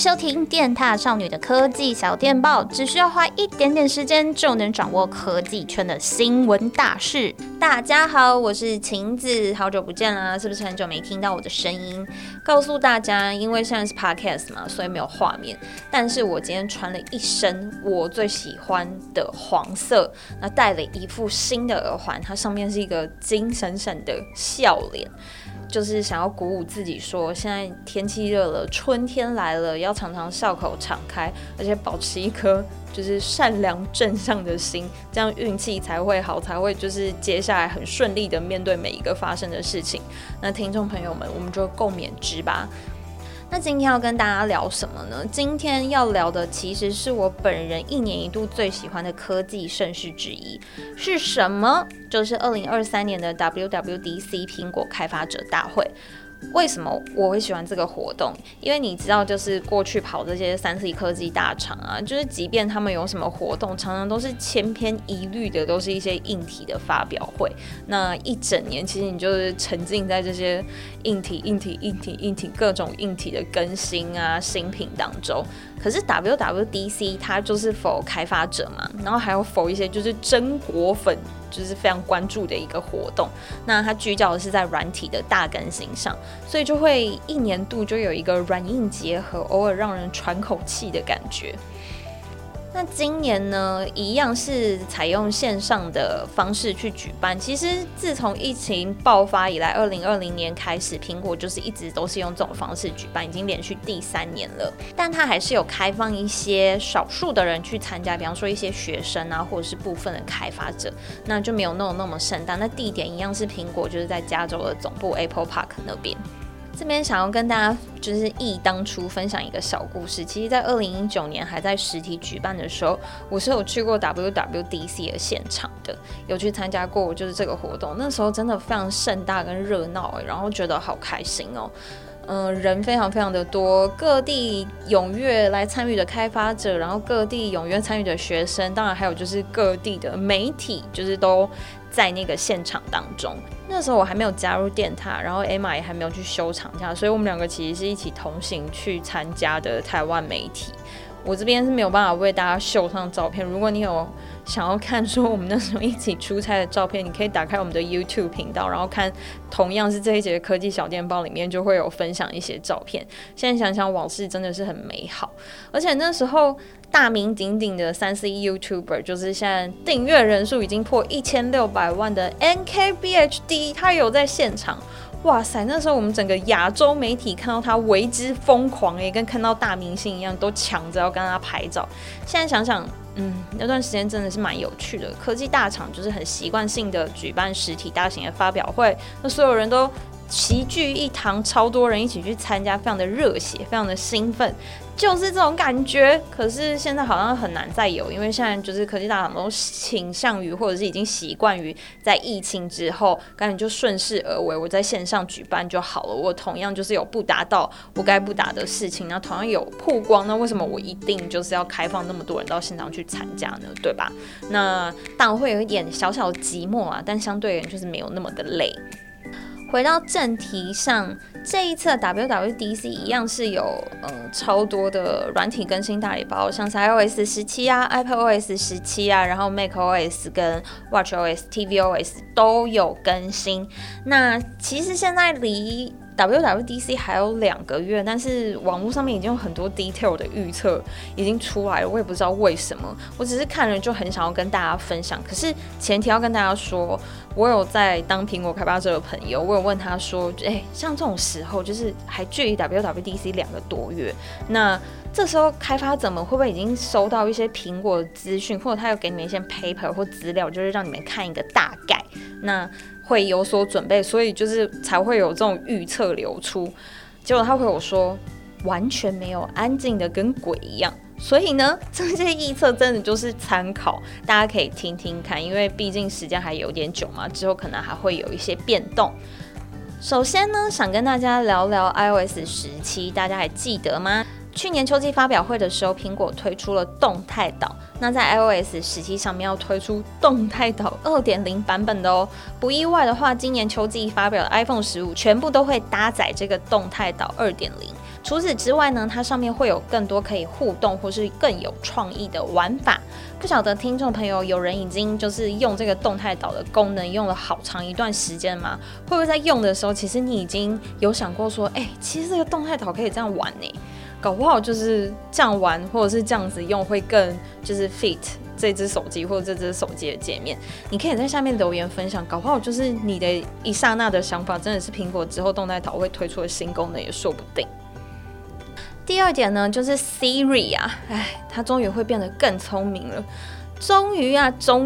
收听电踏少女的科技小电报，只需要花一点点时间就能掌握科技圈的新闻大事。大家好，我是晴子，好久不见啦，是不是很久没听到我的声音？告诉大家，因为现在是 podcast 嘛，所以没有画面，但是我今天穿了一身我最喜欢的黄色，那戴了一副新的耳环，它上面是一个金闪闪的笑脸。就是想要鼓舞自己说，现在天气热了，春天来了，要常常笑口常开，而且保持一颗就是善良正向的心，这样运气才会好，才会就是接下来很顺利的面对每一个发生的事情。那听众朋友们，我们就共勉之吧。那今天要跟大家聊什么呢？今天要聊的其实是我本人一年一度最喜欢的科技盛事之一，是什么？就是2023年的 WWDC 苹果开发者大会。为什么我会喜欢这个活动？因为你知道，就是过去跑这些3C 科技大厂啊，就是即便他们有什么活动，常常都是千篇一律的，都是一些硬体的发表会。那一整年，其实你就是沉浸在这些硬体各种硬体的更新啊、新品当中。可是 WWDC 它就是 for 开发者嘛，然后还有 for 一些就是真果粉，就是非常关注的一个活动。那它聚焦的是在软体的大更新上，所以就会一年度就有一个软硬结合，偶尔让人喘口气的感觉。那今年呢，一样是采用线上的方式去举办。其实自从疫情爆发以来，2020年开始，苹果就是一直都是用这种方式举办，已经连续第3年了。但它还是有开放一些少数的人去参加，比方说一些学生啊，或者是部分的开发者，那就没有弄那么盛大。那地点一样是苹果就是在加州的总部 Apple Park 那边。这边想要跟大家就是忆当初分享一个小故事。其实在2019年还在实体举办的时候，我是有去过 WWDC 的现场的，有去参加过就是这个活动。那时候真的非常盛大跟热闹，然后觉得好开心哦。人非常非常的多，各地踊跃来参与的开发者，然后各地踊跃参与的学生，当然还有就是各地的媒体，就是都在那个现场当中。那时候我还没有加入电踏，然后 Emma 也还没有去休长假，所以我们两个其实是一起同行去参加的台湾媒体。我这边是没有办法为大家秀上照片，如果你有想要看说我们那时候一起出差的照片，你可以打开我们的 YouTube 频道，然后看同样是这一节的科技小电报里面就会有分享一些照片。现在想想往事真的是很美好，而且那时候大名鼎鼎的3C YouTuber， 就是现在订阅人数已经破1600万的 NKBHD， 他有在现场。哇塞！那时候我们整个亚洲媒体看到他为之疯狂，跟看到大明星一样，都抢着要跟他拍照。现在想想，那段时间真的是蛮有趣的。科技大厂就是很习惯性的举办实体大型的发表会，那所有人都齐聚一堂，超多人一起去参加，非常的热血，非常的兴奋，就是这种感觉。可是现在好像很难再有，因为现在就是科技大厂都倾向于，或者是已经习惯于在疫情之后，赶紧就顺势而为，我在线上举办就好了。我同样就是有不达到我该不达的事情，那同样有曝光，那为什么我一定就是要开放那么多人到现场去参加呢？对吧？那当然会有一点小小的寂寞啊，但相对而言就是没有那么的累。回到正题上，这一次的 WWDC 一样是有超多的软体更新大礼包，像是 iOS 17啊、iPadOS 17啊，然后 macOS 跟 watchOS、tvOS 都有更新。那其实现在离WWDC 还有2个月，但是网络上面已经有很多 detail 的预测已经出来了，我也不知道为什么，我只是看了就很想要跟大家分享。可是前提要跟大家说，我有在当苹果开发者的朋友，我有问他说，像这种时候就是还距离 WWDC 2个多月，那这时候开发者们会不会已经收到一些苹果的资讯，或者他有给你们一些 paper 或资料，就是让你们看一个大概，那会有所准备，所以就是才会有这种预测流出。结果他回我说完全没有，安静的跟鬼一样。所以呢，这些预测真的就是参考，大家可以听听看，因为毕竟时间还有点久嘛，之后可能还会有一些变动。首先呢，想跟大家聊聊 iOS 17，大家还记得吗？去年秋季发表会的时候，苹果推出了动态岛，那在 iOS 17上面要推出动态岛 2.0 版本的哦。不意外的话，今年秋季发表的 iPhone 15全部都会搭载这个动态岛 2.0。 除此之外呢，它上面会有更多可以互动或是更有创意的玩法。不晓得听众朋友有人已经就是用这个动态岛的功能用了好长一段时间吗？会不会在用的时候，其实你已经有想过说，其实这个动态岛可以这样玩呢？搞不好就是这样玩，或者是这样子用会更就是 fit 这只手机或者这只手机的界面。你可以在下面留言分享，搞不好就是你的一刹那的想法真的是苹果之后动态岛会推出的新功能也说不定。第二点呢，就是 Siri 啊，它终于会变得更聪明了，终于，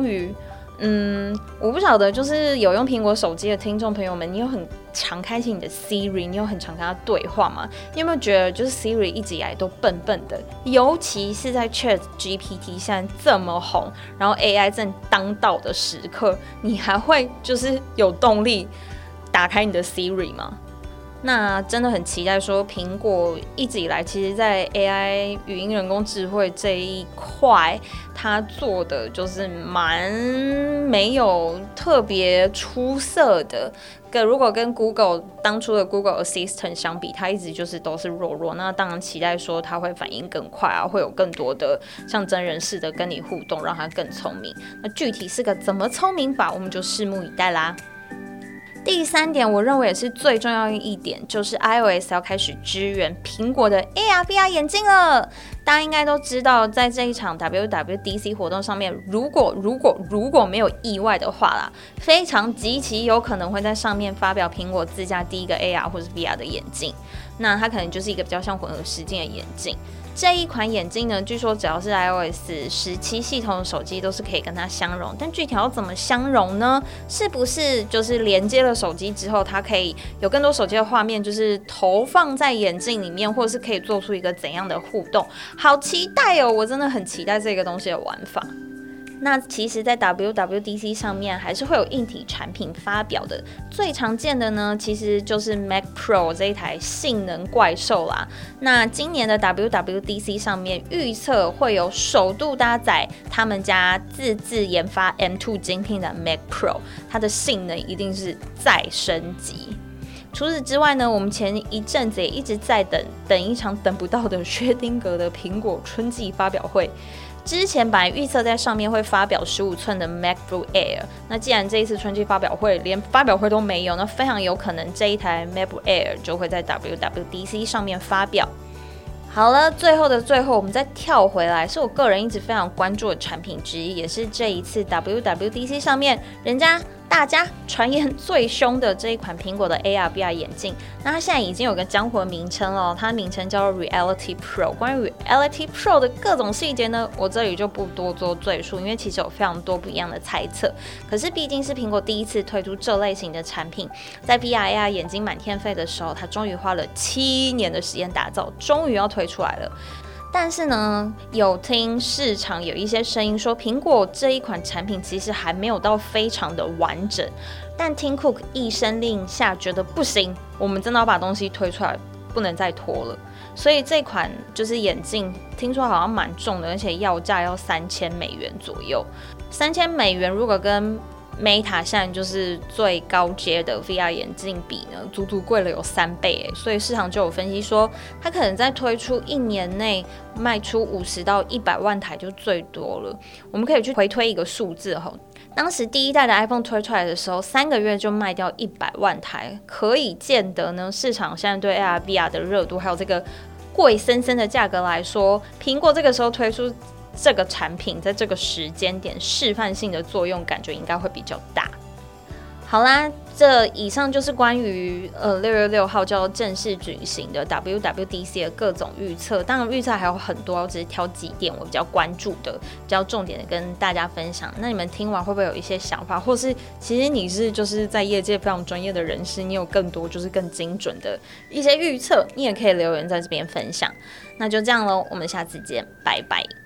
我不晓得，就是有用苹果手机的听众朋友们，你有很常开启你的 Siri， 你有很常跟他对话吗？你有没有觉得就是 Siri 一直以来都笨笨的，尤其是在 ChatGPT 现在这么红，然后 AI 正当道的时刻，你还会就是有动力打开你的 Siri 吗？那真的很期待说，苹果一直以来其实在 AI 语音人工智慧这一块，它做的就是蛮没有特别出色的。如果跟 Google 当初的 Google Assistant 相比，它一直就是都是弱。那当然期待说它会反应更快啊，会有更多的像真人似的跟你互动，让它更聪明。那具体是个怎么聪明法，我们就拭目以待啦。第三点，我认为也是最重要的一点，就是 iOS 要开始支援苹果的 AR/VR 眼镜了。大家应该都知道，在这一场 WWDC 活动上面，如果没有意外的话啦，非常极其有可能会在上面发表苹果自家第一个 AR 或是 VR 的眼镜。那它可能就是一个比较像混合实境的眼镜。这一款眼镜呢，据说只要是 iOS 17系统的手机都是可以跟它相容，但具体要怎么相容呢？是不是就是连接了手机之后，它可以有更多手机的画面，就是投放在眼镜里面，或者是可以做出一个怎样的互动？好期待哦！我真的很期待这个东西的玩法。那其实在 WWDC 上面还是会有硬体产品发表的，最常见的呢其实就是 Mac Pro 这一台性能怪兽啦。那今年的 WWDC 上面预测会有首度搭载他们家自制研发 M2 晶片的 Mac Pro， 它的性能一定是再升级。除此之外呢，我们前一阵子也一直在等一场等不到的薛丁格的苹果春季发表会。之前本来预测在上面会发表15寸的 MacBook Air， 那既然这一次春季发表会连发表会都没有，那非常有可能这一台 MacBook Air 就会在 WWDC 上面发表。好了，最后的最后，我们再跳回来，是我个人一直非常关注的产品之一，也是这一次 WWDC 上面大家传言最凶的这一款苹果的 AR/VR 眼镜。那它现在已经有个江湖的名称了，它的名称叫做 Reality Pro。关于 Reality Pro 的各种细节呢，我这里就不多做赘述，因为其实有非常多不一样的猜测。可是毕竟是苹果第一次推出这类型的产品，在 VR/AR 眼睛满天飞的时候，它终于花了7年的时间打造，终于要推出来了。但是呢，有听市场有一些声音说，苹果这一款产品其实还没有到非常的完整。但 Tim Cook 一声令下，觉得不行，我们真的要把东西推出来，不能再拖了。所以这款就是眼镜，听说好像蛮重的，而且要价要$3000左右。$3000如果跟Meta 现在就是最高阶的 VR 眼镜比呢，足足贵了有3倍耶，所以市场就有分析说，它可能在推出1年内卖出50到100万台就最多了。我们可以去回推一个数字吼，当时第一代的 iPhone 推出来的时候，3个月就卖掉100万台，可以见得呢，市场现在对 AR/VR 的热度，还有这个贵森森的价格来说，苹果这个时候推出这个产品，在这个时间点示范性的作用感觉应该会比较大。好啦，这以上就是关于6月6号就要正式举行的 WWDC 的各种预测。当然预测还有很多，我只是挑几点我比较关注的、比较重点的跟大家分享。那你们听完会不会有一些想法，或是其实你是就是在业界非常专业的人士，你有更多就是更精准的一些预测，你也可以留言在这边分享。那就这样咯，我们下次见，拜拜。